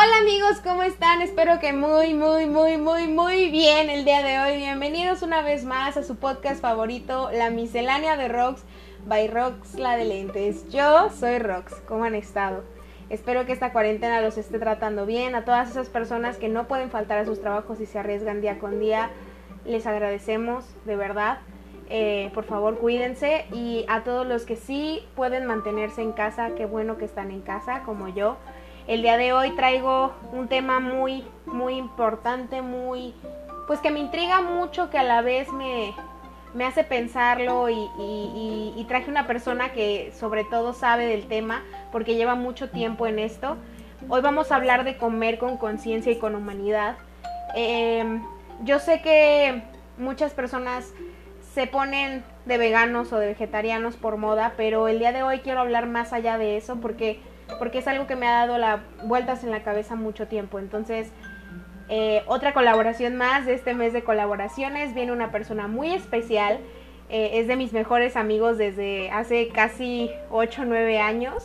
Hola amigos, ¿cómo están? Espero que muy bien el día de hoy. Bienvenidos una vez más a su podcast favorito, La Miscelánea de Rox, by Rox, la de lentes. Yo soy Rox, ¿cómo han estado? Espero que esta cuarentena los esté tratando bien. A todas esas personas que no pueden faltar a sus trabajos y se arriesgan día con día, les agradecemos, de verdad. Por favor, cuídense. Y a todos los que sí pueden mantenerse en casa, qué bueno que están en casa, como yo. El día de hoy traigo un tema muy importante, pues que me intriga mucho, que a la vez me hace pensarlo y traje una persona que sobre todo sabe del tema porque lleva mucho tiempo en esto. Hoy vamos a hablar de comer con conciencia y con humanidad. Yo sé que muchas personas se ponen de veganos o de vegetarianos por moda, pero el día de hoy quiero hablar más allá de eso porque es algo que me ha dado vueltas en la cabeza mucho tiempo. Entonces, otra colaboración más de este mes de colaboraciones. Viene una persona muy especial, es de mis mejores amigos desde hace casi 8 o 9 años.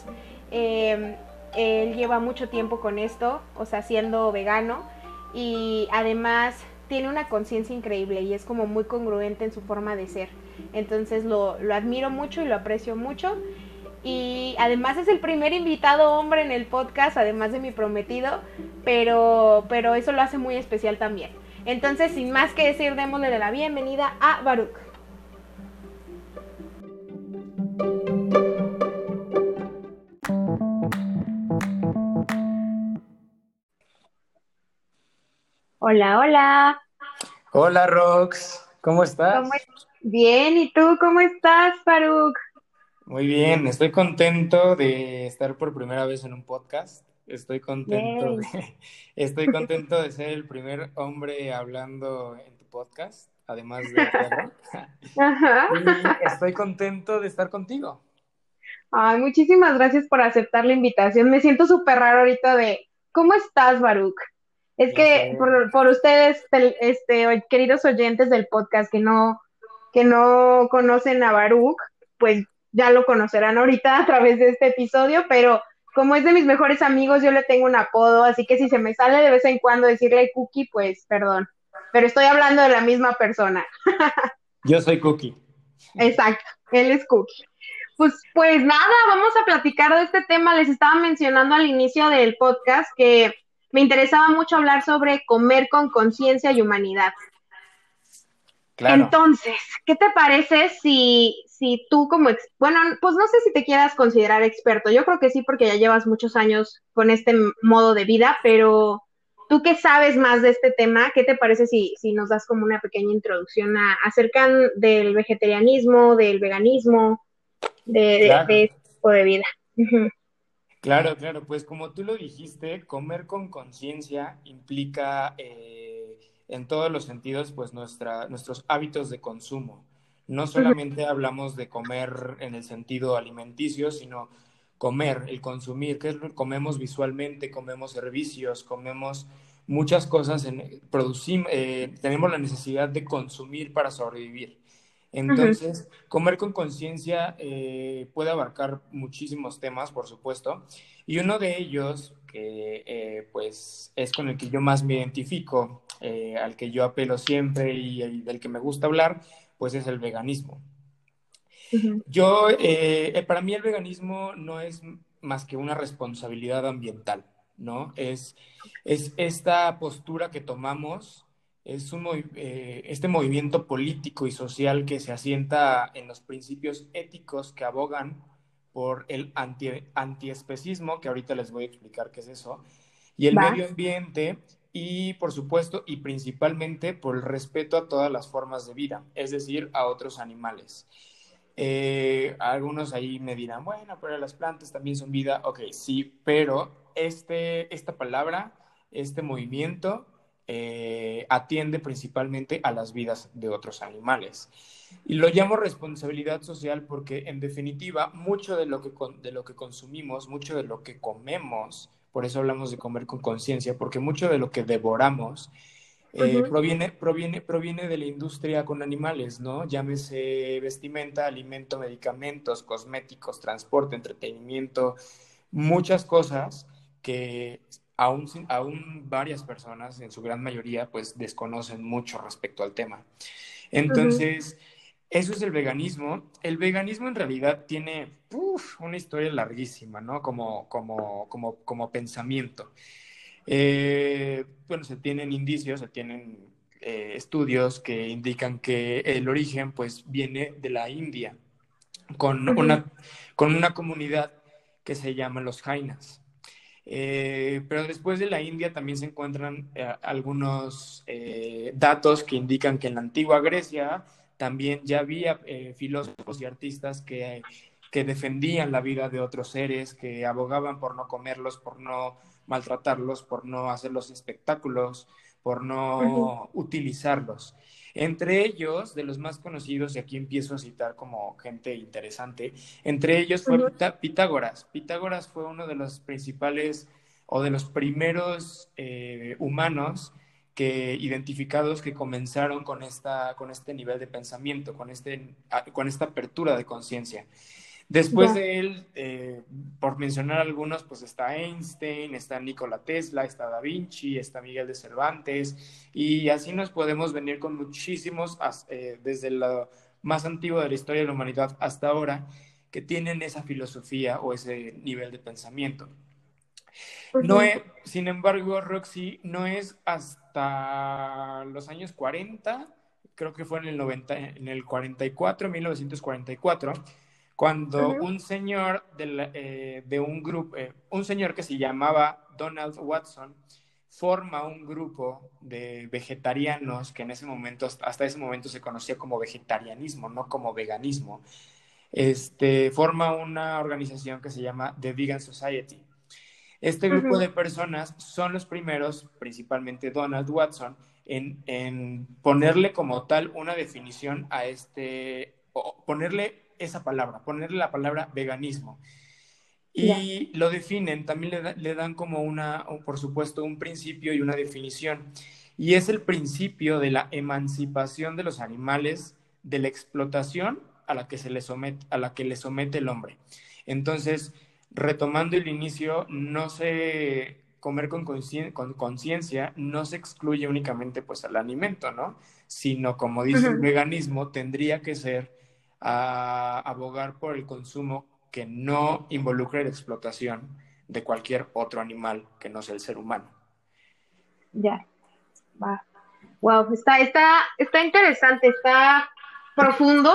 Él lleva mucho tiempo con esto, o sea, siendo vegano, y además tiene una conciencia increíble y es como muy congruente en su forma de ser. Entonces lo admiro mucho y lo aprecio mucho. Y además es el primer invitado hombre en el podcast, además de mi prometido, pero eso lo hace muy especial también. Entonces, sin más que decir, démosle la bienvenida a Baruch. Hola, hola. Hola Rox, ¿cómo ¿Cómo estás? es? Bien, ¿y tú cómo estás, Baruch? Muy bien, estoy contento de estar por primera vez en un podcast. Yay. Estoy contento de ser el primer hombre hablando en tu podcast, además de Pedro. Ajá. Y estoy contento de estar contigo. Ay, muchísimas gracias por aceptar la invitación. Me siento súper raro ahorita de, ¿cómo estás, Baruch? Es Ya sé. que por ustedes, queridos oyentes del podcast que no conocen a Baruch, pues ya lo conocerán ahorita a través de este episodio, pero como es de mis mejores amigos, yo le tengo un apodo, así que si se me sale de vez en cuando decirle Cookie, pues perdón. Pero estoy hablando de la misma persona. Yo soy Cookie. Exacto, él es Cookie. Pues nada, vamos a platicar de este tema. Les estaba mencionando al inicio del podcast que me interesaba mucho hablar sobre comer con conciencia y humanidad. Claro. Entonces, ¿qué te parece si tú bueno, pues no sé si te quieras considerar experto, yo creo que sí porque ya llevas muchos años con este modo de vida, pero tú que sabes más de este tema, ¿qué te parece si nos das como una pequeña introducción acerca del vegetarianismo, del veganismo, Claro. de este tipo de vida? Ujú. Claro, claro, pues como tú lo dijiste, comer con conciencia implica en todos los sentidos pues nuestros hábitos de consumo. No Ujú. solamente hablamos de comer en el sentido alimenticio, sino comer, el consumir, que es lo que comemos visualmente, comemos servicios, comemos muchas cosas, tenemos la necesidad de consumir para sobrevivir. Ujú. Entonces, comer con conciencia puede abarcar muchísimos temas, por supuesto, y uno de ellos, que pues es con el que yo más me identifico, al que yo apelo siempre y del que me gusta hablar, pues es el veganismo. Ujú. Para mí el veganismo no es más que una responsabilidad ambiental, ¿no? Es esta postura que tomamos, este movimiento político y social que se asienta en los principios éticos que abogan por el antiespecismo, que ahorita les voy a explicar qué es eso, y el Va. medio ambiente, y por supuesto y principalmente por el respeto a todas las formas de vida, es decir, a otros animales. Algunos ahí me dirán, bueno, pero las plantas también son vida. Ok, sí, pero esta palabra, este movimiento, atiende principalmente a las vidas de otros animales. Y lo llamo responsabilidad social porque, en definitiva, mucho de lo que consumimos, mucho de lo que comemos, por eso hablamos de comer con conciencia, porque mucho de lo que devoramos Ujú. proviene de la industria con animales, ¿no? Llámese vestimenta, alimento, medicamentos, cosméticos, transporte, entretenimiento, muchas cosas que aún varias personas, en su gran mayoría, pues desconocen mucho respecto al tema. Ujú, Entonces, eso es el veganismo. El veganismo en realidad tiene una historia larguísima, ¿no? Como pensamiento. Bueno, se tienen indicios, se tienen estudios que indican que el origen, pues, viene de la India, con ujú, una comunidad que se llama los Jainas. Pero después de la India también se encuentran algunos datos que indican que en la antigua Grecia también ya había filósofos y artistas que defendían la vida de otros seres, que abogaban por no comerlos, por no maltratarlos, por no hacerlos espectáculos, por ujú, no utilizarlos. Entre ellos, de los más conocidos, y aquí empiezo a citar como gente interesante, entre ellos fue ujú. Pitágoras. Pitágoras fue uno de los principales o de los primeros humanos identificados que comenzaron con este nivel de pensamiento, con esta apertura de conciencia. Después Ya. de él, por mencionar algunos, pues está Einstein, está Nikola Tesla, está Da Vinci, está Miguel de Cervantes, y así nos podemos venir con muchísimos, desde lo más antiguo de la historia de la humanidad hasta ahora, que tienen esa filosofía o ese nivel de pensamiento. No Ujú, es, sin embargo, Roxy, no es hasta los años 40, creo que fue en el 90, en el 44, 1944, cuando ujú. un señor de un grupo, un señor que se llamaba Donald Watson, forma un grupo de vegetarianos que en ese momento, hasta ese momento se conocía como vegetarianismo, no como veganismo. Forma una organización que se llama The Vegan Society. Este grupo Ujú. de personas son los primeros, principalmente Donald Watson, en ponerle como tal una definición a o ponerle esa palabra, ponerle la palabra veganismo. Ya. Y lo definen, también le dan como por supuesto, un principio y una definición. Y es el principio de la emancipación de los animales de la explotación a la que le somete el hombre. Entonces, retomando el inicio, no se comer con conciencia no se excluye únicamente pues al alimento, ¿no? Sino, como dice el Ujú. veganismo, tendría que ser abogar por el consumo que no involucre la explotación de cualquier otro animal que no sea el ser humano. Ya. Va. Wow, está interesante, está profundo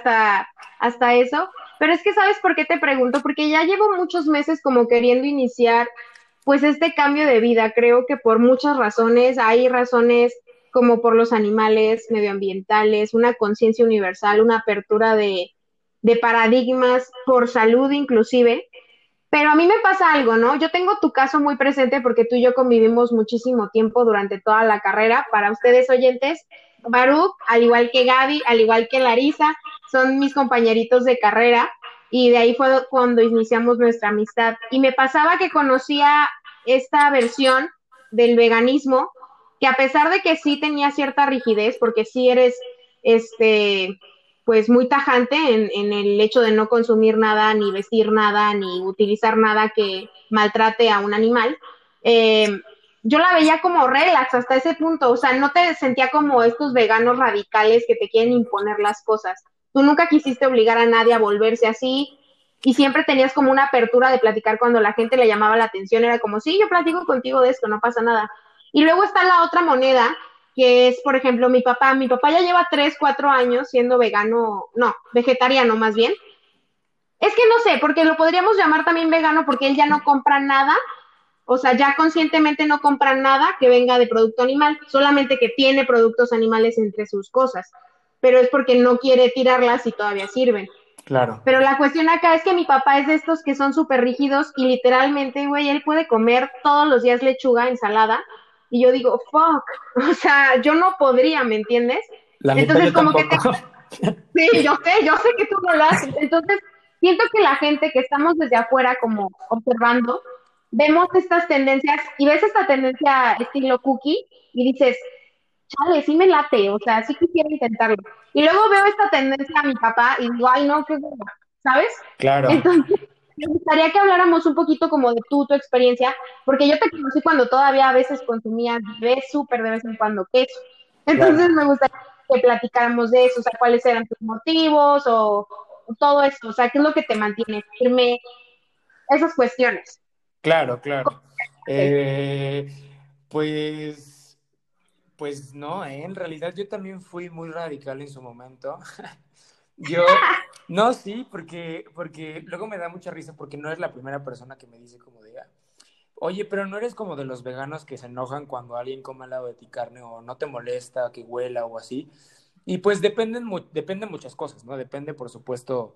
hasta eso. Pero es que, ¿sabes por qué te pregunto? Porque ya llevo muchos meses como queriendo iniciar, pues, este cambio de vida. Creo que por muchas razones, hay razones como por los animales medioambientales, una conciencia universal, una apertura de paradigmas, por salud inclusive. Pero a mí me pasa algo, ¿no? Yo tengo tu caso muy presente porque tú y yo convivimos muchísimo tiempo durante toda la carrera. Para ustedes oyentes, Baruch, al igual que Gaby, al igual que Larisa, son mis compañeritos de carrera y de ahí fue cuando iniciamos nuestra amistad. Y me pasaba que conocía esta versión del veganismo, que a pesar de que sí tenía cierta rigidez, porque sí eres, este, pues muy tajante en el hecho de no consumir nada, ni vestir nada, ni utilizar nada que maltrate a un animal. Eh, yo la veía como relax hasta ese punto, o sea, no te sentía como estos veganos radicales que te quieren imponer las cosas. Tú nunca quisiste obligar a nadie a volverse así y siempre tenías como una apertura de platicar cuando la gente le llamaba la atención, era como, sí, yo platico contigo de esto, no pasa nada. Y luego está la otra moneda, que es, por ejemplo, mi papá ya lleva 3 4 años siendo vegano, no, vegetariano más bien. Es que no sé, porque lo podríamos llamar también vegano porque él ya no compra nada, o sea, ya conscientemente no compra nada que venga de producto animal, solamente que tiene productos animales entre sus cosas, pero es porque no quiere tirarlas y todavía sirven. Claro, Pero la cuestión acá es que mi papá es de estos que son súper rígidos y literalmente, güey, él puede comer todos los días lechuga, ensalada. Y yo digo, fuck, o sea, yo no podría, ¿me entiendes? la neta Entonces, yo como que tampoco. sí, yo sé que tú no lo haces. Entonces, siento que la gente que estamos desde afuera como observando, vemos estas tendencias y ves esta tendencia estilo cookie y dices, chale, sí me late, o sea, sí quisiera intentarlo. Y luego veo esta tendencia a mi papá y digo, ay, no, qué hueva, ¿sabes? Claro, Entonces, Me gustaría que habláramos un poquito como de tu experiencia, porque yo te conocí cuando todavía a veces consumías súper de vez en cuando queso. Entonces Claro, me gustaría que platicáramos de eso, o sea, cuáles eran tus motivos o todo eso, o sea, qué es lo que te mantiene firme, esas cuestiones. claro, claro. Eh, pues, pues no, en realidad yo también fui muy radical en su momento. Yo, no, sí, porque luego me da mucha risa porque no es la primera persona que me dice como de, oye, pero no eres como de los veganos que se enojan cuando alguien come al lado de ti carne o no te molesta que huela o así. Y pues dependen muchas cosas, ¿no? Depende, por supuesto,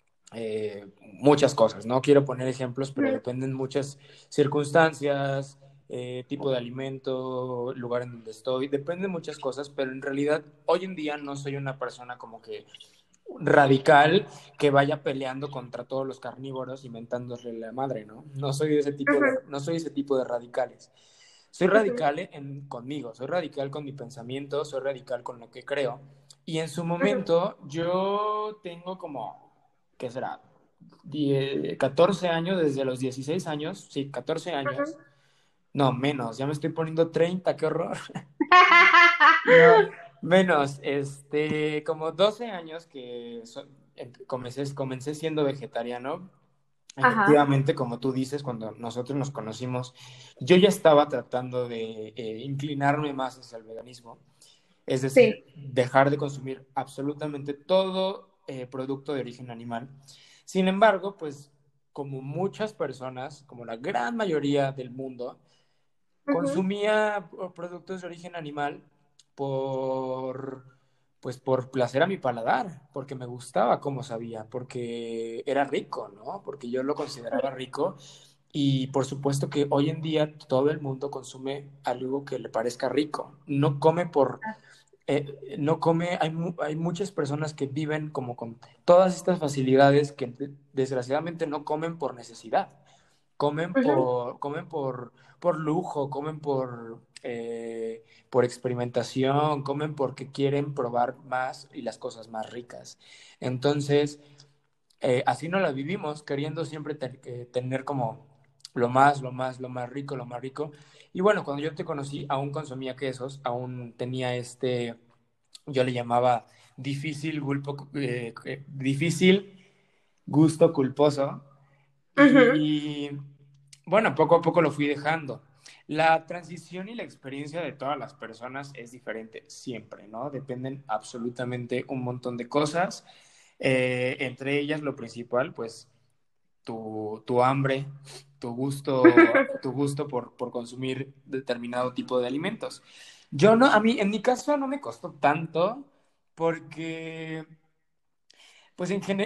muchas cosas. No quiero poner ejemplos, pero Ujú, dependen muchas circunstancias, tipo de alimento, lugar en donde estoy. Dependen muchas cosas, pero en realidad hoy en día no soy una persona como que radical que vaya peleando contra todos los carnívoros y mentándole la madre, ¿no? ujú, No soy ese tipo de radicales. Soy ujú, radical conmigo, soy radical con mi pensamiento, soy radical con lo que creo. Y en su ujú. momento yo tengo como, ¿qué será? 14 años, desde los 16 años, sí, 14 años. No, menos, ya me estoy poniendo 30, qué horror. No, menos, como 12 años que comencé siendo vegetariano. Ajá, Efectivamente, como tú dices, cuando nosotros nos conocimos, yo ya estaba tratando de inclinarme más hacia el veganismo, es sí. decir, dejar de consumir absolutamente todo producto de origen animal. Sin embargo, pues como muchas personas, como la gran mayoría del mundo, Ujú, consumía productos de origen animal por, pues por placer a mi paladar, porque me gustaba cómo sabía, porque era rico, ¿no? Porque yo lo consideraba rico y por supuesto que hoy en día todo el mundo consume algo que le parezca rico. No come, hay muchas personas que viven como con todas estas facilidades que desgraciadamente no comen por necesidad, ujú, por lujo, comen por experimentación, comen porque quieren probar más y las cosas más ricas. Entonces, así no la vivimos, queriendo siempre tener como lo más rico, lo más rico. Y bueno, cuando yo te conocí, aún consumía quesos, aún tenía yo le llamaba difícil gusto culposo. ujú. Y bueno, poco a poco lo fui dejando. La transición y la experiencia de todas las personas es diferente siempre, ¿no? Dependen absolutamente un montón de cosas. Entre ellas, lo principal, pues tu hambre, tu gusto por consumir determinado tipo de alimentos. Yo no, a mí, en mi caso no me costó tanto porque, pues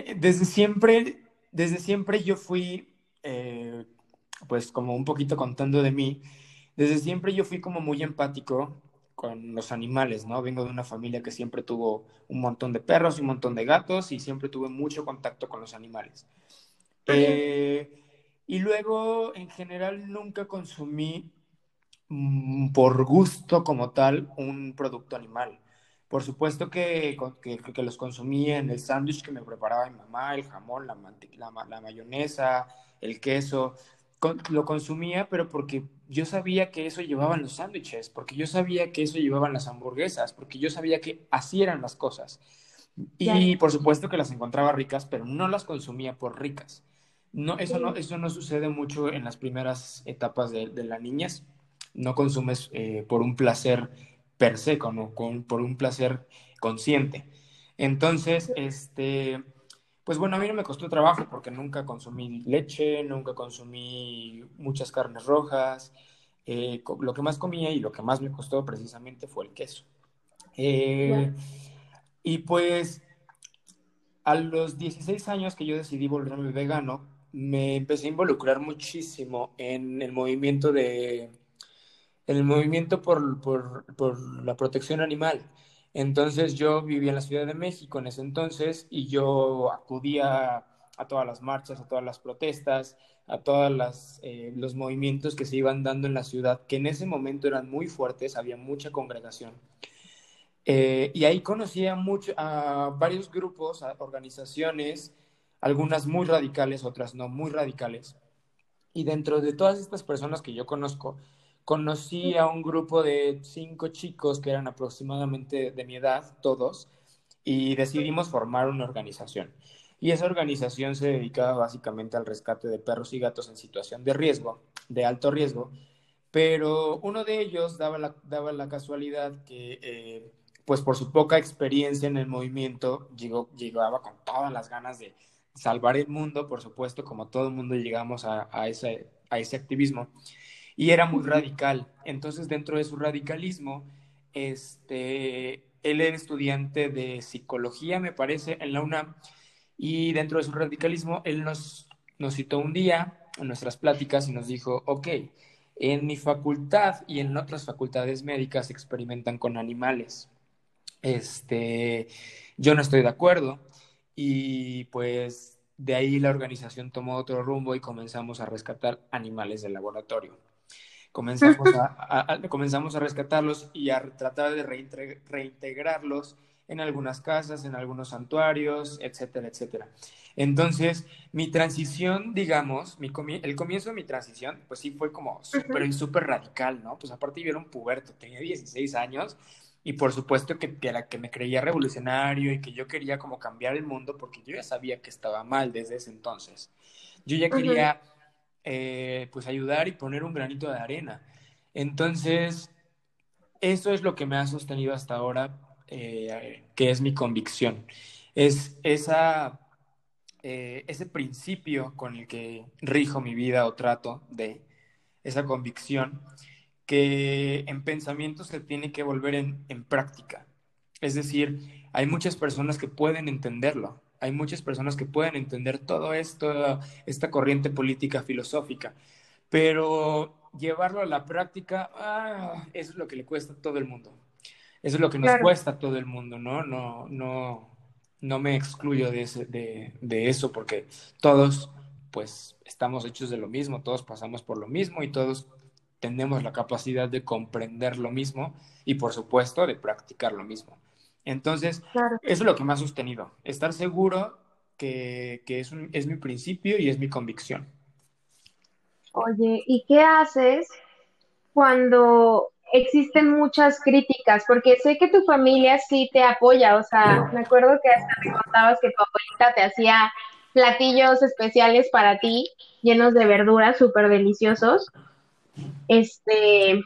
desde siempre yo fui, pues como un poquito contando de mí, desde siempre yo fui como muy empático con los animales, ¿no? Vengo de una familia que siempre tuvo un montón de perros y un montón de gatos y siempre tuve mucho contacto con los animales. Ujú, Eh, y luego, en general, nunca consumí por gusto como tal un producto animal. Por supuesto que los consumía en el sándwich que me preparaba mi mamá, el jamón, la mayonesa, el queso. Lo consumía, pero porque yo sabía que eso llevaban los sándwiches, porque yo sabía que eso llevaban las hamburguesas, porque yo sabía que así eran las cosas. ya. Y por supuesto que las encontraba ricas, pero no las consumía por ricas. Sí, Eso no sucede mucho en las primeras etapas de la niñez. No consumes por un placer per se, por un placer consciente. Entonces, pues bueno, a mí no me costó trabajo porque nunca consumí leche, nunca consumí muchas carnes rojas. Lo que más comía y lo que más me costó precisamente fue el queso. ya. Eh, y pues a los 16 años que yo decidí volverme vegano, me empecé a involucrar muchísimo en el movimiento por la protección animal. Entonces yo vivía en la Ciudad de México en ese entonces y yo acudía a todas las marchas, a todas las protestas, a los movimientos que se iban dando en la ciudad, que en ese momento eran muy fuertes, había mucha congregación. Y ahí conocí a varios grupos, a organizaciones, algunas muy radicales, otras no muy radicales. Y dentro de todas estas personas que yo conozco, conocí a un grupo de 5 chicos que eran aproximadamente de mi edad, todos, y decidimos formar una organización. Y esa organización se dedicaba básicamente al rescate de perros y gatos en situación de riesgo, de alto riesgo, pero uno de ellos daba la casualidad que, pues por su poca experiencia en el movimiento, llegaba con todas las ganas de salvar el mundo, por supuesto, como todo el mundo llegamos a ese activismo, y era muy radical. Entonces, dentro de su radicalismo, él era estudiante de psicología, me parece, en la UNAM, y dentro de su radicalismo, él nos citó un día en nuestras pláticas y nos dijo, ok, en mi facultad y en otras facultades médicas experimentan con animales. Yo no estoy de acuerdo y pues de ahí la organización tomó otro rumbo y comenzamos a rescatar animales del laboratorio. Comenzamos a rescatarlos y a tratar de reintegrarlos en algunas casas, en algunos santuarios, etcétera, etcétera. Entonces, mi transición, digamos, el comienzo de mi transición, pues sí fue como súper radical, ¿no? Pues aparte yo era un puberto, tenía 16 años y por supuesto que me creía revolucionario y que yo quería como cambiar el mundo porque yo ya sabía que estaba mal desde ese entonces. Yo ya quería pues ayudar y poner un granito de arena. Entonces, eso es lo que me ha sostenido hasta ahora, que es mi convicción. Es ese principio con el que rijo mi vida o trato de esa convicción que en pensamiento se tiene que volver en práctica. Es decir, hay muchas personas que pueden entenderlo, hay muchas personas que pueden entender todo esto, esta corriente política filosófica, pero llevarlo a la práctica, eso es lo que le cuesta a todo el mundo. Eso es lo que nos Claro. cuesta a todo el mundo, ¿no? No me excluyo de eso porque todos, pues, estamos hechos de lo mismo, todos pasamos por lo mismo y todos tenemos la capacidad de comprender lo mismo y, por supuesto, de practicar lo mismo. Entonces, Claro. eso es lo que me ha sostenido, estar seguro que es mi principio y es mi convicción. Oye, ¿y qué haces cuando existen muchas críticas? Porque sé que tu familia sí te apoya, o sea, me acuerdo que hasta me contabas que tu abuelita te hacía platillos especiales para ti, llenos de verduras súper deliciosos. Este,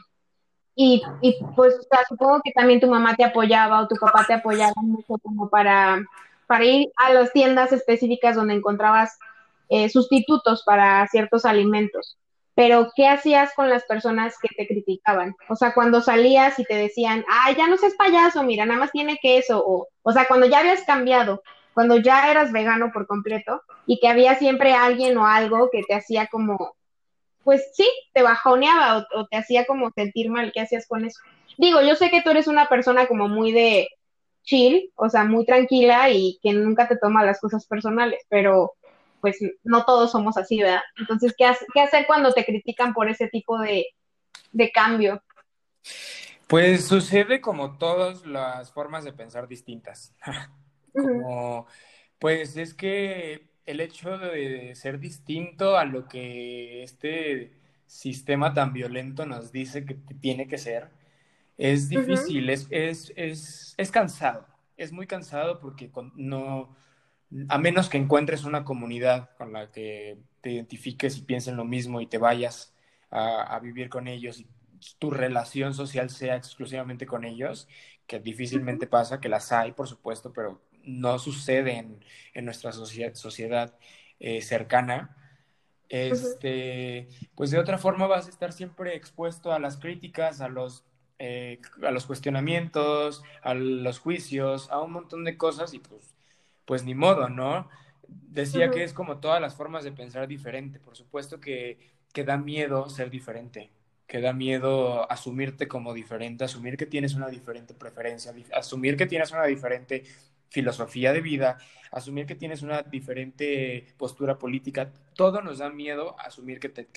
pues, o sea, supongo que también tu mamá te apoyaba o tu papá te apoyaba mucho como para ir a las tiendas específicas donde encontrabas sustitutos para ciertos alimentos. Pero, ¿qué hacías con las personas que te criticaban? O sea, cuando salías y te decían, ay, ya no seas payaso, mira, nada más tiene queso. O sea, cuando ya habías cambiado, cuando ya eras vegano por completo y que había siempre alguien o algo que te hacía como pues sí, te bajoneaba o te hacía como sentir mal. ¿Qué hacías con eso? Digo, yo sé que tú eres una persona como muy de chill, o sea, muy tranquila y que nunca te toma las cosas personales, pero pues no todos somos así, ¿verdad? Entonces, ¿qué hacer cuando te critican por ese tipo de cambio? Pues sucede como todas las formas de pensar distintas. Ujú, Como, pues es que el hecho de ser distinto a lo que este sistema tan violento nos dice que tiene que ser, es ujú, difícil, es cansado, es muy cansado porque no, a menos que encuentres una comunidad con la que te identifiques y piensen lo mismo y te vayas a vivir con ellos y tu relación social sea exclusivamente con ellos, que difícilmente pasa, que las hay, por supuesto, pero no sucede en nuestra sociedad cercana. ujú, Pues de otra forma vas a estar siempre expuesto a las críticas, a los cuestionamientos, a los juicios, a un montón de cosas y pues ni modo, ¿no? Decía que ujú, es como todas las formas de pensar diferente. Por supuesto que da miedo ser diferente, que da miedo asumirte como diferente, asumir que tienes una diferente preferencia, asumir que tienes una diferente filosofía de vida, asumir que tienes una diferente postura política. Todo nos da miedo asumir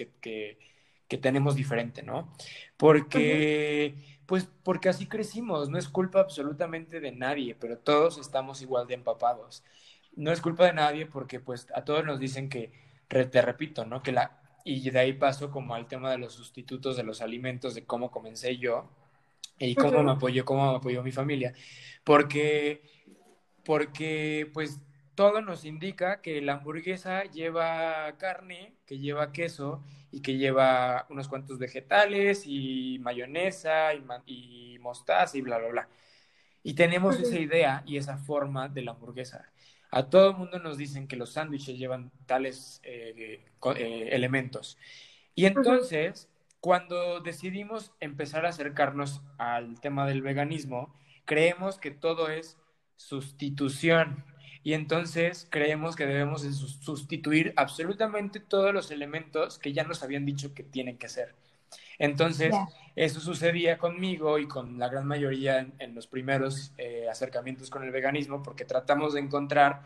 que tenemos diferente, ¿no? ujú. Porque así crecimos, no es culpa absolutamente de nadie, pero todos estamos igual de empapados. no es culpa de nadie porque pues a todos nos dicen que, te repito, ¿no? Y de ahí paso como al tema de los sustitutos de los alimentos, de cómo comencé yo y Ujú, cómo me apoyó mi familia. Porque, porque pues todo nos indica que la hamburguesa lleva carne, que lleva queso y que lleva unos cuantos vegetales y mayonesa y mostaza y bla, bla, bla. Y tenemos esa ujú, idea y esa forma de la hamburguesa. A todo el mundo nos dicen que los sándwiches llevan tales elementos. Y ujú. entonces, cuando decidimos empezar a acercarnos al tema del veganismo, creemos que todo es sustitución. Y entonces creemos que debemos sustituir absolutamente todos los elementos que ya nos habían dicho que tienen que ser. Entonces, Ya. eso sucedía conmigo y con la gran mayoría en los primeros acercamientos con el veganismo, porque tratamos de encontrar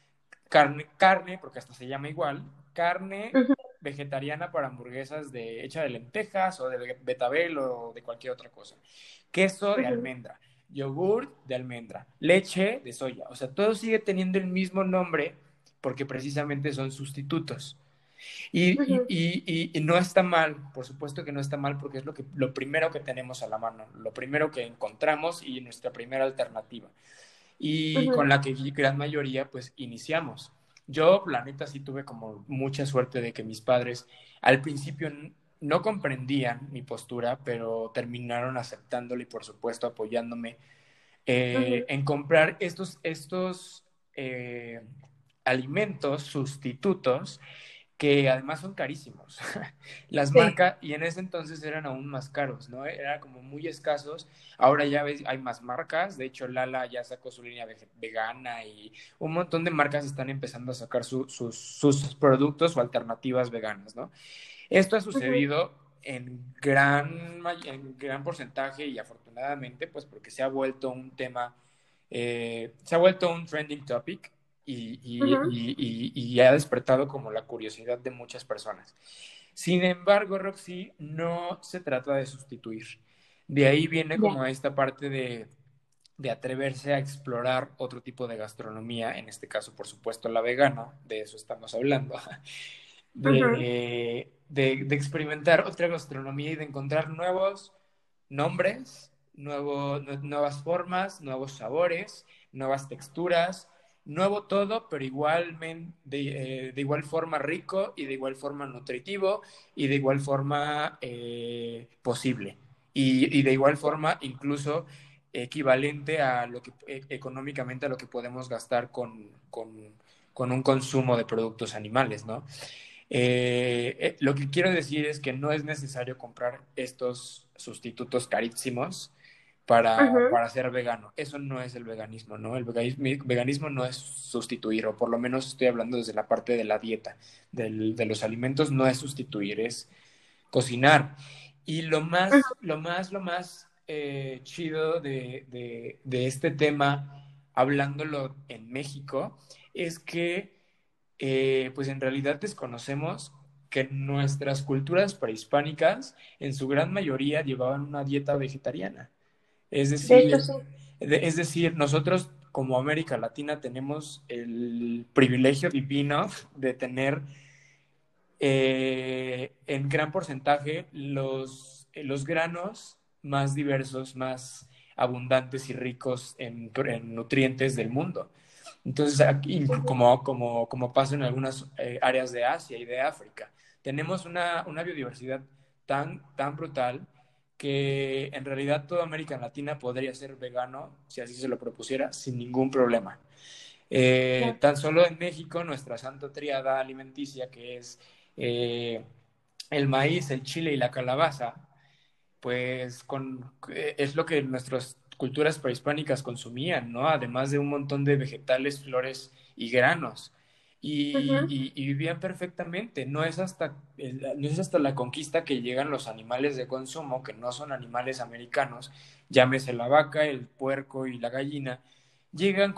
carne, porque hasta se llama igual, carne Ujú, vegetariana para hamburguesas hecha de lentejas o de betabel o de cualquier otra cosa. Queso de ujú, almendra, yogur de almendra, leche de soya. O sea, todo sigue teniendo el mismo nombre porque precisamente son sustitutos. ujú. Y no está mal, por supuesto que no está mal porque es lo primero que tenemos a la mano, lo primero que encontramos y nuestra primera alternativa. Y con Ujú, la que gran mayoría pues iniciamos. Yo, la neta, sí tuve como mucha suerte de que mis padres al principio no comprendían mi postura, pero terminaron aceptándolo y por supuesto apoyándome ujú. en comprar estos eh, alimentos sustitutos que además son carísimos. Las Sí. marcas, y en ese entonces eran aún más caros, ¿no? Eran como muy escasos. Ahora ya ves, hay más marcas. De hecho, Lala ya sacó su línea vegana y un montón de marcas están empezando a sacar sus productos o alternativas veganas, ¿no? Esto ha Ujú, sucedido en gran porcentaje y afortunadamente, pues porque se ha vuelto un tema, se ha vuelto un trending topic ujú. y ha despertado como la curiosidad de muchas personas. Sin embargo, Roxy, no se trata de sustituir. De ahí viene Ya. como esta parte de atreverse a explorar otro tipo de gastronomía, en este caso, por supuesto, la vegana, de eso estamos hablando, Ujú, de experimentar otra gastronomía y de encontrar nuevos nombres, nuevas formas, nuevos sabores, nuevas texturas, nuevo todo, pero de igual forma rico y de igual forma nutritivo y de igual forma posible. Y de igual forma incluso equivalente a lo que económicamente a lo que podemos gastar con un consumo de productos animales, ¿no? Lo que quiero decir es que no es necesario comprar estos sustitutos carísimos ujú. para ser vegano. Eso no es el veganismo, ¿no? Veganismo no es sustituir, o por lo menos estoy hablando desde la parte de la dieta, de los alimentos, no es sustituir, es cocinar. Y lo más chido de este tema, hablándolo en México, es que pues en realidad desconocemos que nuestras culturas prehispánicas en su gran mayoría llevaban una dieta vegetariana. Es De hecho, decir, sí. es decir, nosotros como América Latina tenemos el privilegio divino de tener en gran porcentaje los granos más diversos, más abundantes y ricos en nutrientes del mundo. Entonces, aquí, Ujú, como pasa en algunas áreas de Asia y de África, tenemos una biodiversidad tan brutal que en realidad toda América Latina podría ser vegano si así se lo propusiera sin ningún problema. ya. Tan solo en México, nuestra santa tríada alimenticia, que es eh, el maíz, el chile y la calabaza, pues es lo que nuestras culturas prehispánicas consumían, ¿no? Además de un montón de vegetales, flores y granos. Ujú, Y vivían perfectamente. No es hasta la conquista que llegan los animales de consumo, que no son animales americanos, llámese la vaca, el puerco y la gallina, llegan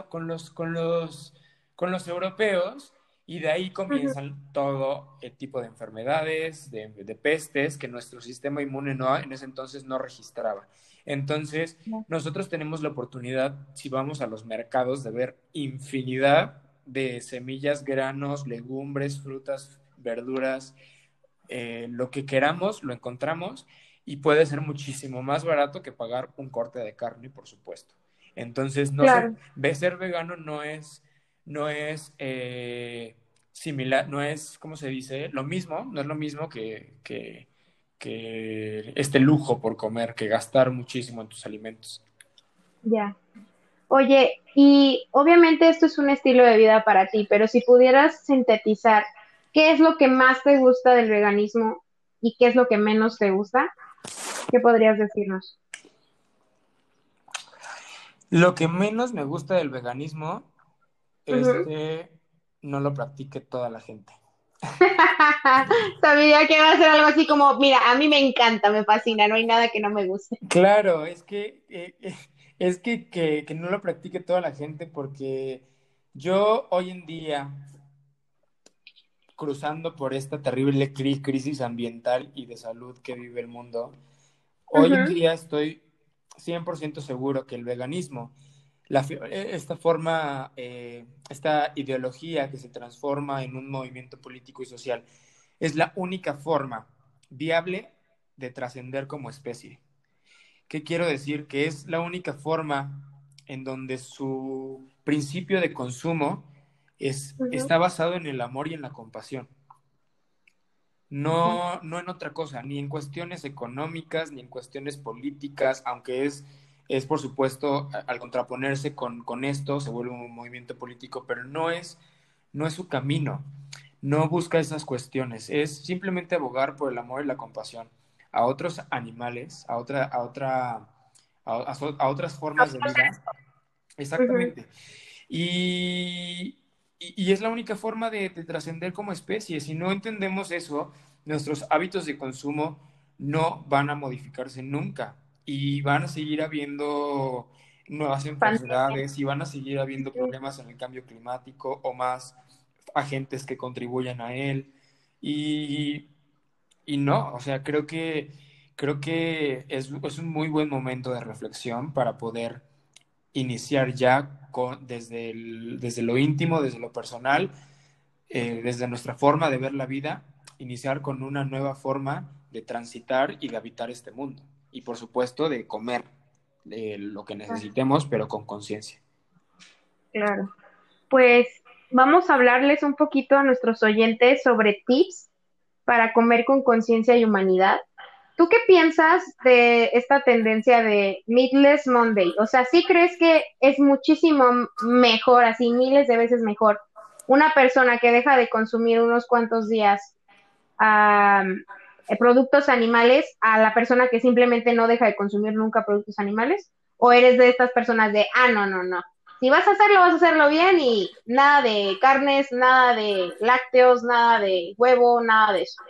con los europeos y de ahí ujú. comienzan todo el tipo de enfermedades, de pestes que nuestro sistema inmune en ese entonces no registraba. Entonces, Ya. nosotros tenemos la oportunidad, si vamos a los mercados, de ver infinidad. de semillas, granos, legumbres, frutas, verduras, lo que queramos, lo encontramos y puede ser muchísimo más barato que pagar un corte de carne, por supuesto. Entonces, Claro. ser vegano no es similar, no es, ¿cómo se dice? Lo mismo, no es lo mismo que este lujo por comer, que gastar muchísimo en tus alimentos. Ya. Oye, y obviamente esto es un estilo de vida para ti, pero si pudieras sintetizar, ¿qué es lo que más te gusta del veganismo y qué es lo que menos te gusta? ¿Qué podrías decirnos? Lo que menos me gusta del veganismo es Ujú. que no lo practique toda la gente. Sabía que iba a ser algo así como, mira, a mí me encanta, me fascina, no hay nada que no me guste. Claro, que no lo practique toda la gente porque yo hoy en día, cruzando por esta terrible crisis ambiental y de salud que vive el mundo, hoy en Ujú, día estoy 100% seguro que el veganismo, esta forma, esta ideología que se transforma en un movimiento político y social, es la única forma viable de trascender como especie. ¿Qué quiero decir? Que es la única forma en donde su principio de consumo ujú. está basado en el amor y en la compasión. No en otra cosa, ni en cuestiones económicas, ni en cuestiones políticas, aunque es por supuesto, al contraponerse con esto, se vuelve un movimiento político, pero no es su camino, no busca esas cuestiones, es simplemente abogar por el amor y la compasión a otros animales, a otras formas de vida. Ujú. Exactamente. Y es la única forma de trascender como especie. Si no entendemos eso, nuestros hábitos de consumo no van a modificarse nunca y van a seguir habiendo nuevas Pandemia. enfermedades y van a seguir habiendo Sí. problemas en el cambio climático o más agentes que contribuyan a él. Y, y no, o sea, creo que es un muy buen momento de reflexión para poder iniciar ya desde lo íntimo, desde lo personal, desde nuestra forma de ver la vida, iniciar con una nueva forma de transitar y de habitar este mundo. Y por supuesto de comer lo que necesitemos, pero con conciencia. Claro. Pues vamos a hablarles un poquito a nuestros oyentes sobre tips para comer con conciencia y humanidad. ¿Tú qué piensas de esta tendencia de Meatless Monday? O sea, ¿sí crees que es muchísimo mejor, así miles de veces mejor, una persona que deja de consumir unos cuantos días productos animales a la persona que simplemente no deja de consumir nunca productos animales? ¿O eres de estas personas de, no, no, no? Si vas a hacerlo bien y nada de carnes, nada de lácteos, nada de huevo, nada de eso.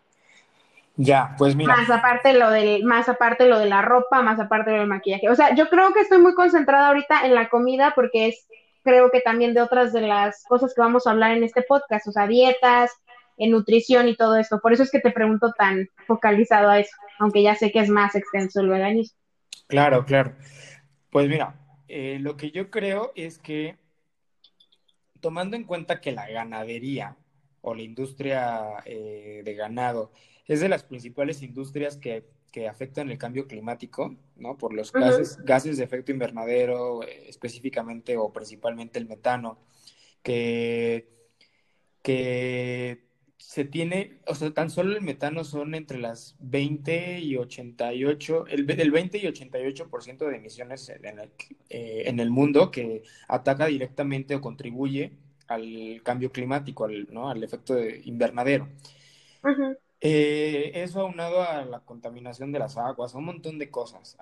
Ya, pues mira, Más aparte lo de la ropa, más aparte lo del maquillaje. O sea, yo creo que estoy muy concentrada ahorita en la comida porque creo que también de otras de las cosas que vamos a hablar en este podcast, o sea, dietas, en nutrición y todo esto. Por eso es que te pregunto tan focalizado a eso, aunque ya sé que es más extenso el veganismo. claro, claro. Pues mira, lo que yo creo es que tomando en cuenta que la ganadería o la industria de ganado es de las principales industrias que afectan el cambio climático, ¿no? Por los Ujú. gases de efecto invernadero, específicamente o principalmente el metano, que, que se tiene, o sea, tan solo el metano son entre las 20 y 88, del 20 y 88% de emisiones en el mundo que ataca directamente o contribuye al cambio climático, ¿no? Al efecto de invernadero. Ujú. Eso aunado a la contaminación de las aguas, a un montón de cosas,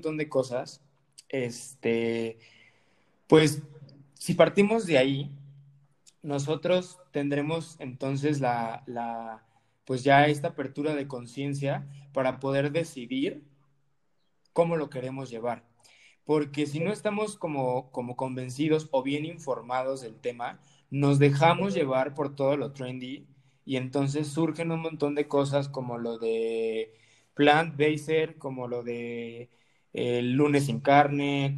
este, pues si partimos de ahí, nosotros tendremos entonces pues ya esta apertura de conciencia para poder decidir cómo lo queremos llevar. Porque si no estamos como convencidos o bien informados del tema, nos dejamos llevar por todo lo trendy y entonces surgen un montón de cosas como lo de plant-based, como lo de el lunes sin carne,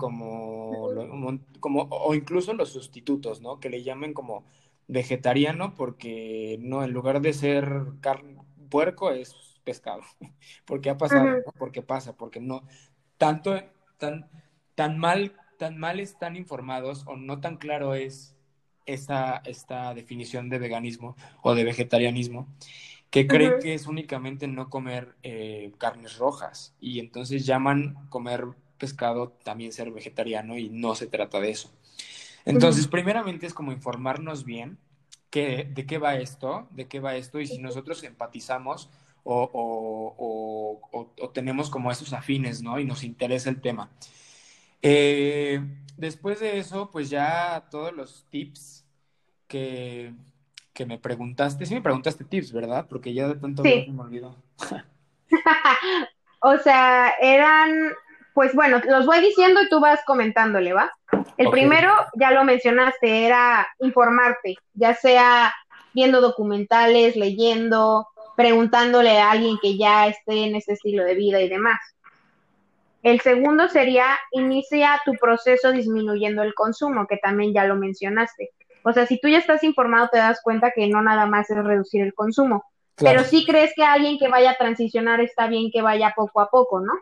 o incluso los sustitutos, ¿no? Que le llamen como vegetariano porque no, en lugar de ser puerco es pescado, porque ha pasado, Ujú, ¿no? Porque pasa, porque no, tanto, tan, tan mal están informados o no tan claro es esta definición de veganismo o de vegetarianismo, que creen ujú, que es únicamente no comer carnes rojas y entonces llaman comer pescado también ser vegetariano y no se trata de eso. ujú. Entonces, primeramente es como informarnos bien de qué va esto y si nosotros empatizamos o tenemos como esos afines, ¿no? Y nos interesa el tema. Después de eso, pues ya todos los tips que, que me preguntaste, sí me preguntaste tips, ¿verdad? Porque ya de tanto hablar se Sí. me olvidó. O sea, eran, pues bueno, los voy diciendo y tú vas comentándole, ¿va? El Ok, primero, ya lo mencionaste, era informarte, ya sea viendo documentales, leyendo, preguntándole a alguien que ya esté en ese estilo de vida y demás. El segundo sería inicia tu proceso disminuyendo el consumo, que también ya lo mencionaste. O sea, si tú ya estás informado, te das cuenta que no nada más es reducir el consumo, pero claro. sí crees que alguien que vaya a transicionar está bien que vaya poco a poco, ¿no?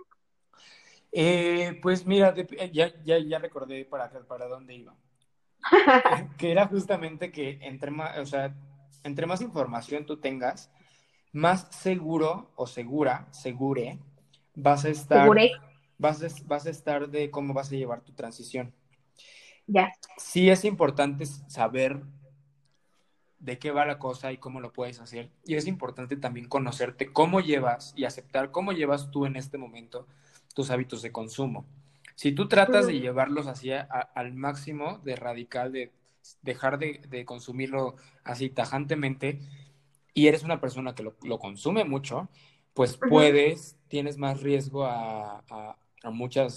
Pues mira, ya recordé para dónde iba. Que era justamente que o sea, entre más información tú tengas, más seguro o segure, vas a estar, Seguré, vas a estar de cómo vas a llevar tu transición. ya. Sí es importante saber de qué va la cosa y cómo lo puedes hacer. Y es importante también conocerte cómo llevas y aceptar cómo llevas tú en este momento tus hábitos de consumo. Si tú tratas de Ujú, llevarlos así al máximo de radical, de dejar de consumirlo así tajantemente, y eres una persona que lo consume mucho, pues ujú, tienes más riesgo a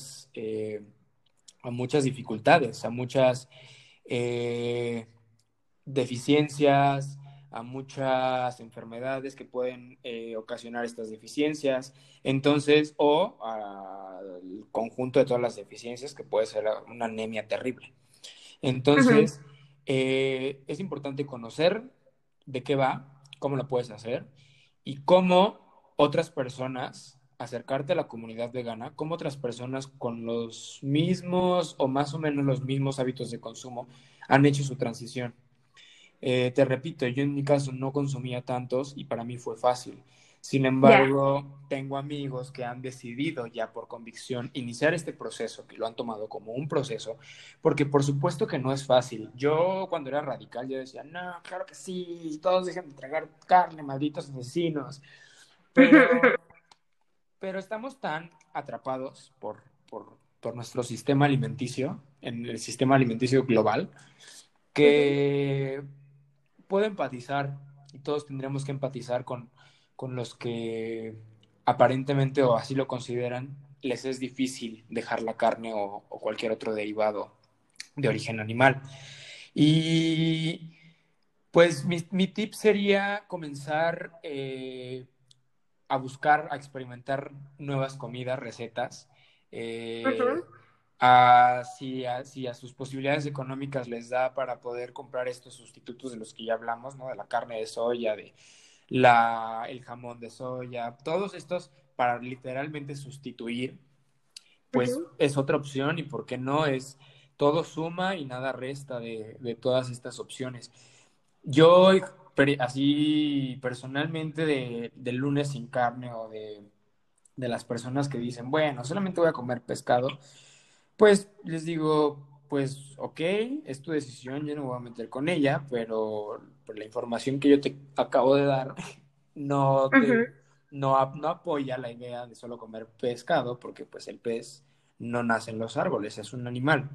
muchas dificultades, a muchas eh, deficiencias, a muchas enfermedades que pueden ocasionar estas deficiencias, entonces, o al conjunto de todas las deficiencias que puede ser una anemia terrible. ujú, Entonces, es importante conocer de qué va, cómo lo puedes hacer y cómo otras personas, acercarte a la comunidad vegana, cómo otras personas con los mismos o más o menos los mismos hábitos de consumo han hecho su transición. Te repito, yo en mi caso no consumía tantos y para mí fue fácil. Sin ya. embargo, tengo amigos que han decidido ya por convicción iniciar este proceso, que lo han tomado como un proceso, porque por supuesto que no es fácil. Yo cuando era radical yo decía, no, claro que sí, todos dejen de tragar carne, malditos asesinos, pero, pero estamos tan atrapados por nuestro sistema alimenticio, en el sistema alimenticio global, Ujú, que puedo empatizar y todos tendremos que empatizar con los que aparentemente o así lo consideran, les es difícil dejar la carne o cualquier otro derivado de origen animal. Y pues mi tip sería comenzar a buscar, a experimentar nuevas comidas, recetas. ujú, Si a sus posibilidades económicas les da para poder comprar estos sustitutos de los que ya hablamos, ¿no? De la carne de soya, el jamón de soya, todos estos para literalmente sustituir, pues ujú. es otra opción y por qué no es todo suma y nada resta de todas estas opciones. Yo, así personalmente, del lunes sin carne o de las personas que dicen, bueno, solamente voy a comer pescado, pues les digo, pues ok, es tu decisión, yo no me voy a meter con ella, pero por la información que yo te acabo de dar, no Ujú, te, no apoya la idea de solo comer pescado, porque pues el pez no nace en los árboles, es un animal.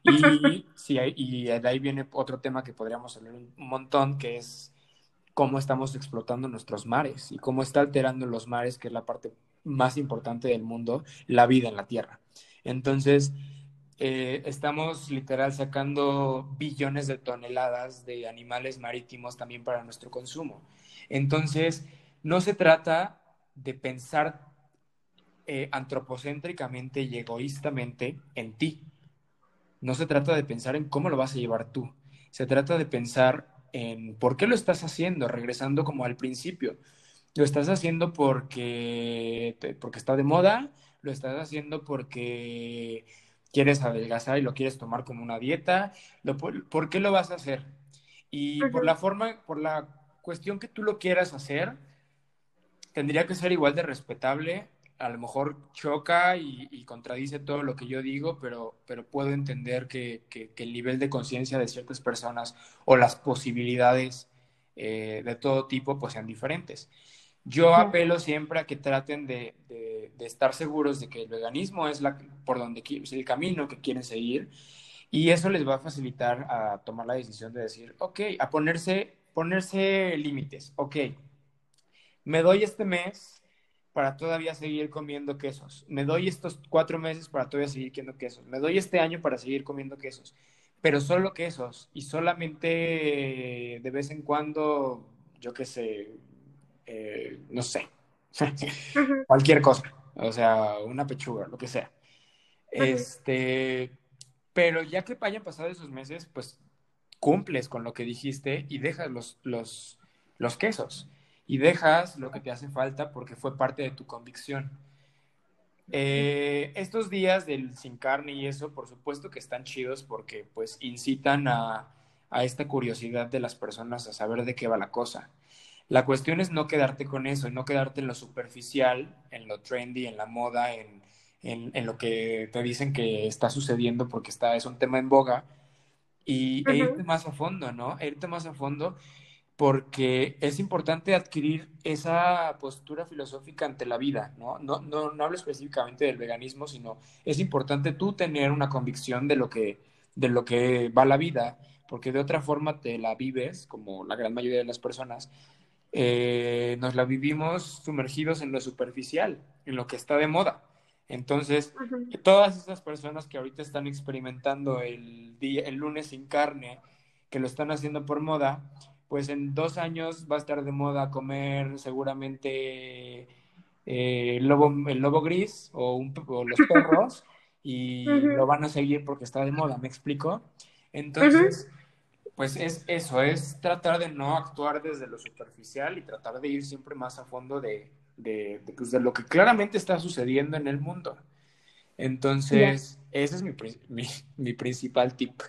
Y de ahí viene otro tema que podríamos hablar un montón, que es cómo estamos explotando nuestros mares y cómo está alterando los mares, que es la parte más importante del mundo, la vida en la Tierra. Entonces, estamos literal sacando billones de toneladas de animales marítimos también para nuestro consumo. Entonces, no se trata de pensar antropocéntricamente y egoístamente en ti. No se trata de pensar en cómo lo vas a llevar tú. Se trata de pensar en por qué lo estás haciendo, regresando como al principio. Lo estás haciendo porque está de moda, lo estás haciendo porque quieres adelgazar y lo quieres tomar como una dieta. ¿Por qué lo vas a hacer? Y Ujú. por la cuestión que tú lo quieras hacer, tendría que ser igual de respetable. A lo mejor choca y contradice todo lo que yo digo, pero puedo entender que el nivel de conciencia de ciertas personas o las posibilidades de todo tipo pues sean diferentes. Yo Claro. apelo siempre a que traten de estar seguros de que el veganismo es por donde es el camino que quieren seguir y eso les va a facilitar a tomar la decisión de decir, ok, a ponerse límites, ok, me doy este mes para todavía seguir comiendo quesos. Me doy estos 4 meses para todavía seguir comiendo quesos. Me doy este año para seguir comiendo quesos. Pero solo quesos y solamente de vez en cuando, yo qué sé, no sé, Ujú, cualquier cosa. O sea, una pechuga, lo que sea. ujú. Este, pero ya que hayan pasado esos meses, pues cumples con lo que dijiste y dejas los quesos y dejas lo que te hace falta porque fue parte de tu convicción. Estos días del sin carne y eso, por supuesto que están chidos porque pues incitan a esta curiosidad de las personas a saber de qué va la cosa. La cuestión es no quedarte con eso, no quedarte en lo superficial, en lo trendy, en la moda, en lo que te dicen que está sucediendo porque es un tema en boga, e irte Ujú. más a fondo, ¿no? E irte más a fondo porque es importante adquirir esa postura filosófica ante la vida, ¿no? No hablo específicamente del veganismo, sino es importante tú tener una convicción de lo que va la vida, porque de otra forma te la vives, como la gran mayoría de las personas, nos la vivimos sumergidos en lo superficial, en lo que está de moda. Entonces, Ujú. todas esas personas que ahorita están experimentando el lunes sin carne, que lo están haciendo por moda, pues en 2 años va a estar de moda comer seguramente el lobo gris o los perros y lo Ujú. van a seguir porque está de moda, ¿me explico? Ujú. Entonces, pues es eso, es tratar de no actuar desde lo superficial y tratar de ir siempre más a fondo pues, de lo que claramente está sucediendo en el mundo. Ya. Entonces, ese es mi principal tip.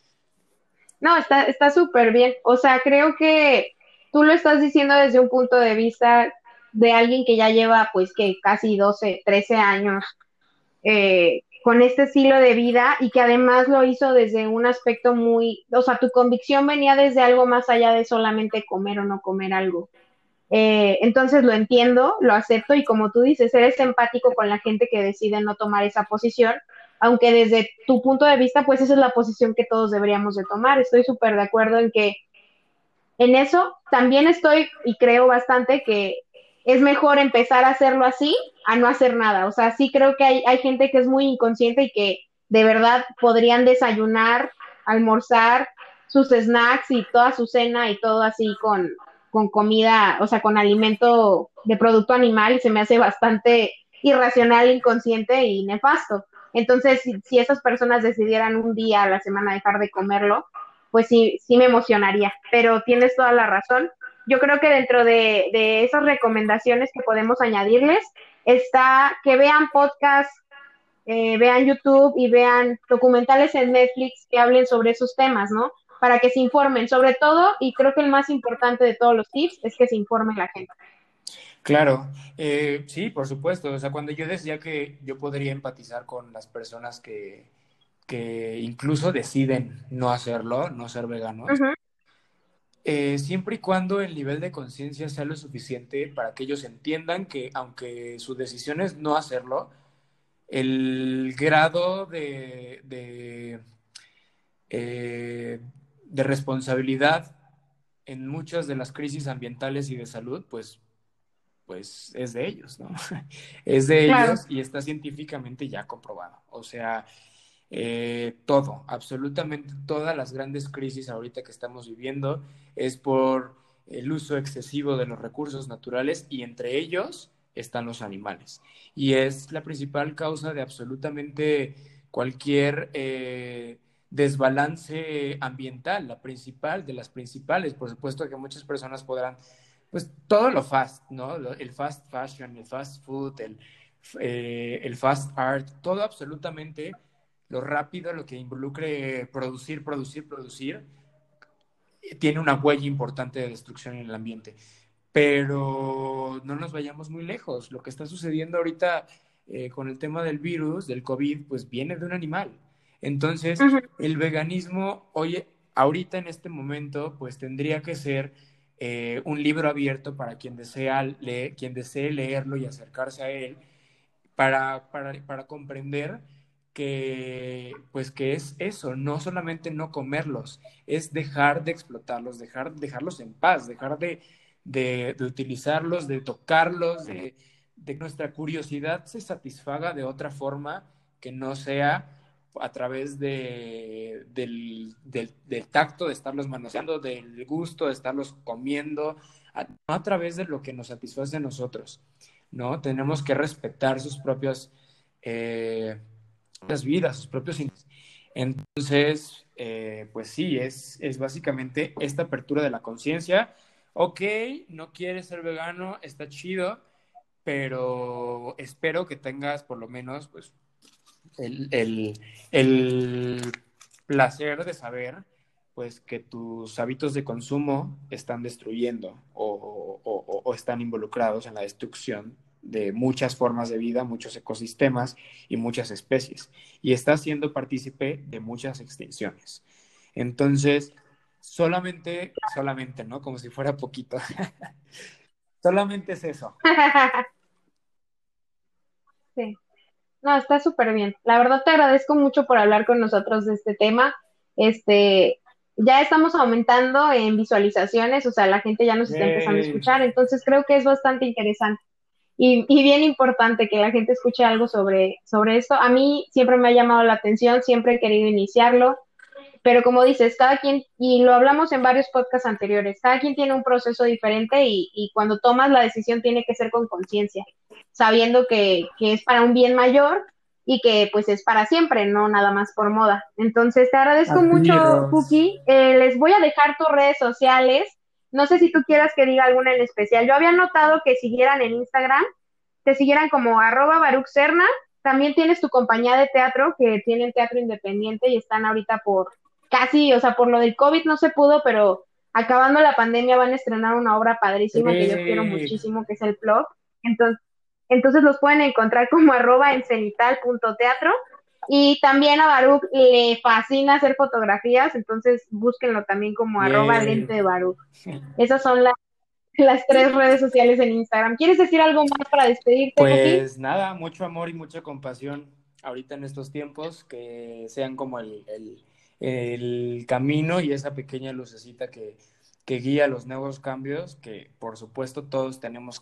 No, está súper bien. O sea, creo que tú lo estás diciendo desde un punto de vista de alguien que ya lleva, pues, que casi 12, 13 años con este estilo de vida y que además lo hizo desde un aspecto muy, o sea, tu convicción venía desde algo más allá de solamente comer o no comer algo. Entonces lo entiendo, lo acepto y como tú dices, eres empático con la gente que decide no tomar esa posición, aunque desde tu punto de vista, pues esa es la posición que todos deberíamos de tomar. Estoy súper de acuerdo en que en eso también estoy y creo bastante que es mejor empezar a hacerlo así a no hacer nada. O sea, sí creo que hay gente que es muy inconsciente y que de verdad podrían desayunar, almorzar, sus snacks y toda su cena y todo así con comida, o sea, con alimento de producto animal y se me hace bastante irracional, inconsciente y nefasto. Entonces, si esas personas decidieran un día a la semana dejar de comerlo, pues sí, sí me emocionaría, pero tienes toda la razón. Yo creo que dentro de esas recomendaciones que podemos añadirles está que vean podcasts, vean YouTube y vean documentales en Netflix que hablen sobre esos temas, ¿no? Para que se informen, sobre todo, y creo que el más importante de todos los tips es que se informe la gente. Claro, sí, por supuesto. O sea, cuando yo decía que yo podría empatizar con las personas que incluso deciden no hacerlo, no ser veganos, Ujú. siempre y cuando el nivel de conciencia sea lo suficiente para que ellos entiendan que aunque su decisión es no hacerlo, el grado eh, de responsabilidad en muchas de las crisis ambientales y de salud, pues es de ellos, ¿no? Es de Claro. ellos y está científicamente ya comprobado. O sea, todo, absolutamente todas las grandes crisis ahorita que estamos viviendo es por el uso excesivo de los recursos naturales y entre ellos están los animales. Y es la principal causa de absolutamente cualquier desbalance ambiental, la principal de las principales. Por supuesto que muchas personas podrán, pues todo lo fast, ¿no? El fast fashion, el fast food, el fast art, todo absolutamente lo rápido, lo que involucre producir, tiene una huella importante de destrucción en el ambiente. Pero no nos vayamos muy lejos. Lo que está sucediendo ahorita con el tema del virus, del COVID, pues viene de un animal. Entonces, Ujú. el veganismo, oye, ahorita en este momento, pues tendría que ser un libro abierto para quien desee leerlo y acercarse a él para comprender pues que es eso, no solamente no comerlos, es dejar de explotarlos, dejarlos en paz, dejar de utilizarlos, de tocarlos, de que nuestra curiosidad se satisfaga de otra forma que no sea a través del tacto, de estarlos manoseando, del gusto, de estarlos comiendo, no a través de lo que nos satisface a nosotros. ¿No? Tenemos que respetar sus propias vidas, sus propios intereses. Entonces, pues sí, es básicamente esta apertura de la conciencia. Ok, no quieres ser vegano, está chido, pero espero que tengas por lo menos pues, el placer de saber pues que tus hábitos de consumo están destruyendo o están involucrados en la destrucción de muchas formas de vida, muchos ecosistemas y muchas especies. Y estás siendo partícipe de muchas extinciones. Entonces, solamente, ¿no? Como si fuera poquito. Solamente es eso. Sí. No, está súper bien. La verdad te agradezco mucho por hablar con nosotros de este tema. Este, ya estamos aumentando en visualizaciones, o sea, la gente ya nos está empezando a Yay. escuchar, entonces creo que es bastante interesante y bien importante que la gente escuche algo sobre esto. A mí siempre me ha llamado la atención, siempre he querido iniciarlo, pero como dices, cada quien, y lo hablamos en varios podcasts anteriores, cada quien tiene un proceso diferente y cuando tomas la decisión tiene que ser con conciencia, sabiendo que es para un bien mayor y que pues es para siempre, no nada más por moda. Entonces te agradezco Así, mucho, Ros. Cookie. Les voy a dejar tus redes sociales. No sé si tú quieras que diga alguna en especial. Yo había notado que siguieran en Instagram, te siguieran como @baruchserna. También tienes tu compañía de teatro, que tienen teatro independiente y están ahorita por casi, o sea, por lo del COVID no se pudo, pero acabando la pandemia van a estrenar una obra padrísima que yo quiero muchísimo, que es el Plot. Entonces los pueden encontrar como @encenital.teatro. Y también a Baruch le fascina hacer fotografías, entonces búsquenlo también como Yay. @lente de Baruch. Esas son las 3 redes sociales en Instagram. ¿Quieres decir algo más para despedirte, Cookie? Pues nada, mucho amor y mucha compasión ahorita en estos tiempos, que sean como el camino y esa pequeña lucecita que guía los nuevos cambios, que por supuesto todos tenemos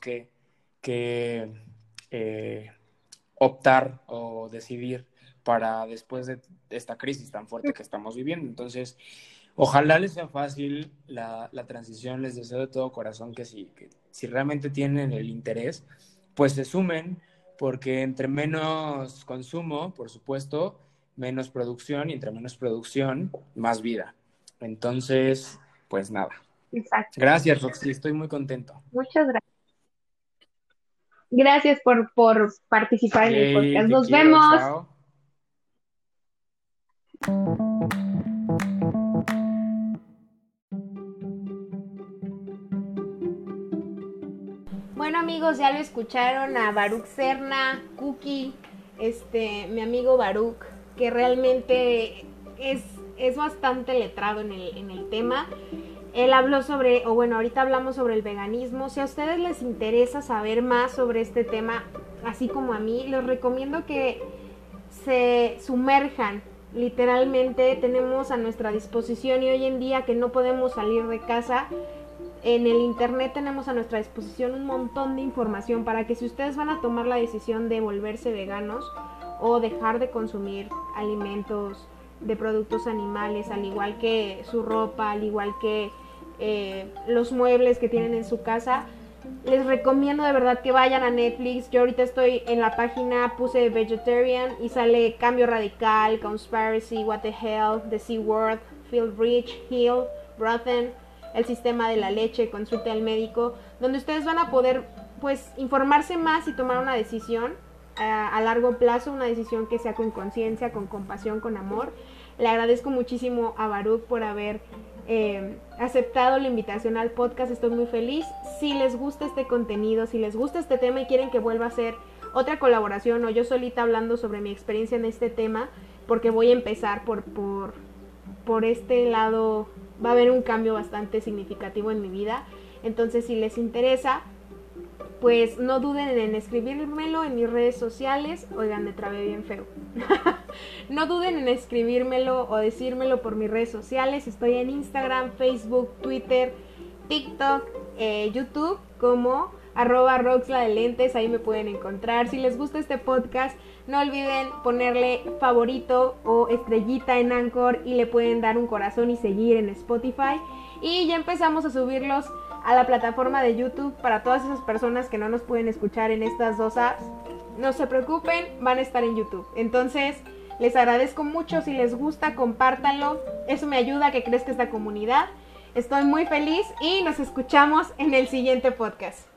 que eh, optar o decidir para después de esta crisis tan fuerte que estamos viviendo. Entonces, ojalá les sea fácil la transición, les deseo de todo corazón que si realmente tienen el interés, pues se sumen, porque entre menos consumo, por supuesto, menos producción, y entre menos producción, más vida. Entonces, pues nada. Exacto. Gracias, Roxy, estoy muy contento. Muchas gracias. Gracias por participar en el Yay, podcast. te Nos quiero, vemos. chao. Bueno amigos, ya lo escucharon a Baruch Serna, Cookie, mi amigo Baruch, que realmente es bastante letrado en el tema. Él habló sobre, o bueno, ahorita hablamos sobre el veganismo. Si a ustedes les interesa saber más sobre este tema, así como a mí, les recomiendo que se sumerjan. Literalmente tenemos a nuestra disposición, y hoy en día que no podemos salir de casa, en el internet tenemos a nuestra disposición un montón de información para que si ustedes van a tomar la decisión de volverse veganos o dejar de consumir alimentos de productos animales, al igual que su ropa, al igual que los muebles que tienen en su casa, Les recomiendo de verdad que vayan a Netflix. Yo ahorita estoy en la página, puse Vegetarian y sale Cambio Radical, Conspiracy, What the Hell, The C Word, Feel Rich, Heal, Rotten, El Sistema de la Leche, Consulte al Médico, donde ustedes van a poder pues informarse más y tomar una decisión a largo plazo, una decisión que sea con conciencia, con compasión, con amor. Le agradezco muchísimo a Baruch por haber aceptado la invitación al podcast. Estoy muy feliz. Si les gusta este contenido, si les gusta este tema y quieren que vuelva a hacer otra colaboración o yo solita hablando sobre mi experiencia en este tema, porque voy a empezar por este lado, va a haber un cambio bastante significativo en mi vida. Entonces, si les interesa, pues no duden en escribírmelo en mis redes sociales. Oigan, me trabé bien feo. No duden en escribírmelo o decírmelo por mis redes sociales. Estoy en Instagram, Facebook, Twitter, TikTok, YouTube como @roxladelentes. Ahí me pueden encontrar. Si les gusta este podcast, no olviden ponerle favorito o estrellita en Anchor y le pueden dar un corazón y seguir en Spotify. Y ya empezamos a subirlos a la plataforma de YouTube para todas esas personas que no nos pueden escuchar en estas dos apps. No se preocupen, van a estar en YouTube. Entonces, les agradezco mucho. Si les gusta, compártanlo. Eso me ayuda a que crezca esta comunidad. Estoy muy feliz y nos escuchamos en el siguiente podcast.